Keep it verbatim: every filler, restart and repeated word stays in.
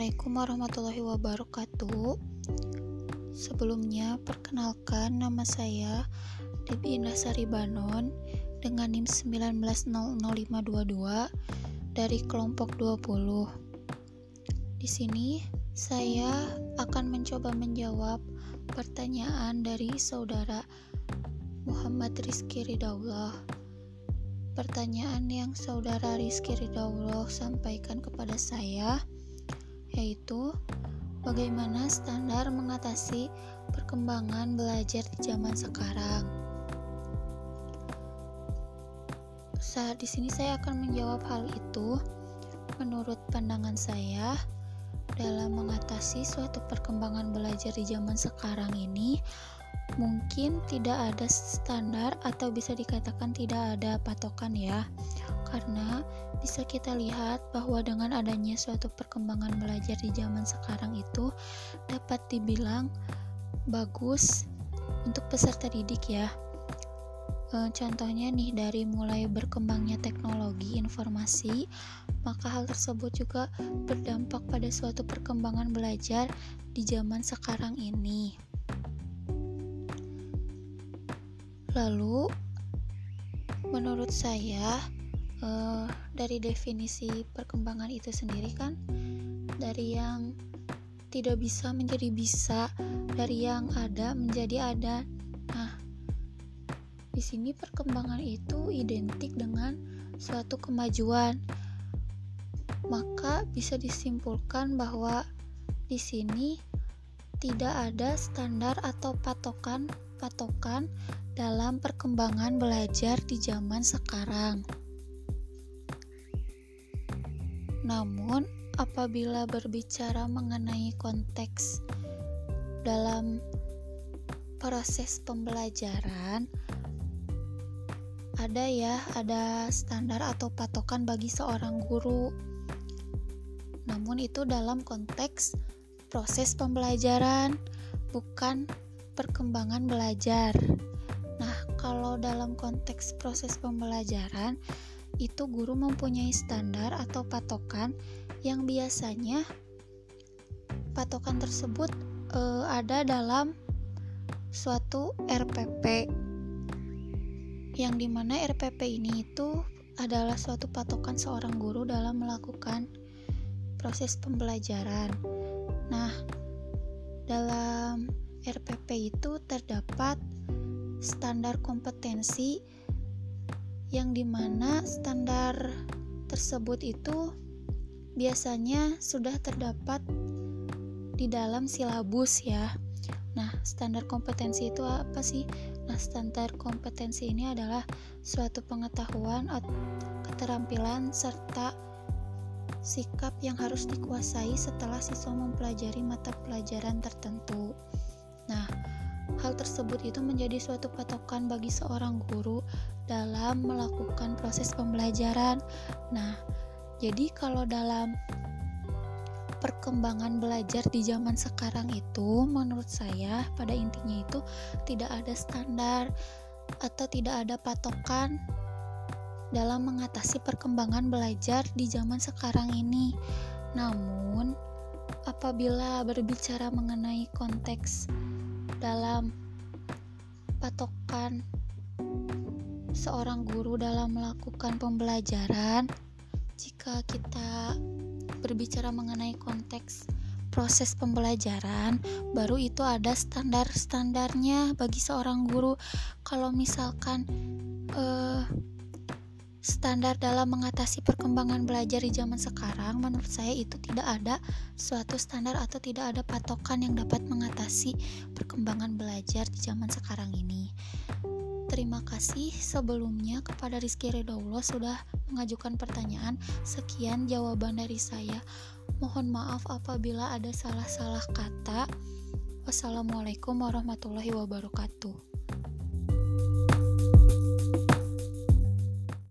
Assalamualaikum warahmatullahi wabarakatuh. Sebelumnya, perkenalkan nama saya Debi Indasari Banon dengan NIM sembilan belas nol nol lima dua dua dari kelompok dua puluh. Di sini saya akan mencoba menjawab pertanyaan dari saudara Muhammad Rizky Ridaullah. Pertanyaan yang saudara Rizky Ridaullah sampaikan kepada saya yaitu bagaimana standar mengatasi perkembangan belajar di zaman sekarang. Saat di sini saya akan menjawab hal itu. Menurut pandangan saya, dalam mengatasi suatu perkembangan belajar di zaman sekarang ini, mungkin tidak ada standar atau bisa dikatakan tidak ada patokan ya. Karena bisa kita lihat bahwa dengan adanya suatu perkembangan belajar di zaman sekarang itu dapat dibilang bagus untuk peserta didik ya. E, contohnya nih, dari mulai berkembangnya teknologi informasi, maka hal tersebut juga berdampak pada suatu perkembangan belajar di zaman sekarang ini. Lalu menurut saya, Uh, dari definisi perkembangan itu sendiri kan, dari yang tidak bisa menjadi bisa, dari yang ada menjadi ada. Nah, di sini perkembangan itu identik dengan suatu kemajuan. Maka bisa disimpulkan bahwa di sini tidak ada standar atau patokan patokan dalam perkembangan belajar di zaman sekarang. Namun, apabila berbicara mengenai konteks dalam proses pembelajaran, ada ya, ada standar atau patokan bagi seorang guru. Namun itu dalam konteks proses pembelajaran, bukan perkembangan belajar. Nah, kalau dalam konteks proses pembelajaran, itu guru mempunyai standar atau patokan yang biasanya patokan tersebut e, ada dalam suatu R P P, yang dimana R P P ini itu adalah suatu patokan seorang guru dalam melakukan proses pembelajaran. Nah, dalam R P P itu terdapat standar kompetensi yang dimana standar tersebut itu biasanya sudah terdapat di dalam silabus ya. Nah, standar kompetensi itu apa sih? Nah, standar kompetensi ini adalah suatu pengetahuan atau keterampilan serta sikap yang harus dikuasai setelah siswa mempelajari mata pelajaran tertentu. Nah, hal tersebut itu menjadi suatu patokan bagi seorang guru dalam melakukan proses pembelajaran. Nah, jadi kalau dalam perkembangan belajar di zaman sekarang itu, menurut saya pada intinya itu tidak ada standar atau tidak ada patokan dalam mengatasi perkembangan belajar di zaman sekarang ini. Namun, apabila berbicara mengenai konteks dalam patokan seorang guru dalam melakukan pembelajaran, jika kita berbicara mengenai konteks proses pembelajaran, baru itu ada standar-standarnya bagi seorang guru. Kalau misalkan eh, standar dalam mengatasi perkembangan belajar di zaman sekarang, menurut saya itu tidak ada suatu standar atau tidak ada patokan yang dapat mengatasi perkembangan belajar di zaman sekarang ini. Terima kasih sebelumnya kepada Rizky Ridaullah sudah mengajukan pertanyaan. Sekian jawaban dari saya. Mohon maaf apabila ada salah-salah kata. Wassalamualaikum warahmatullahi wabarakatuh.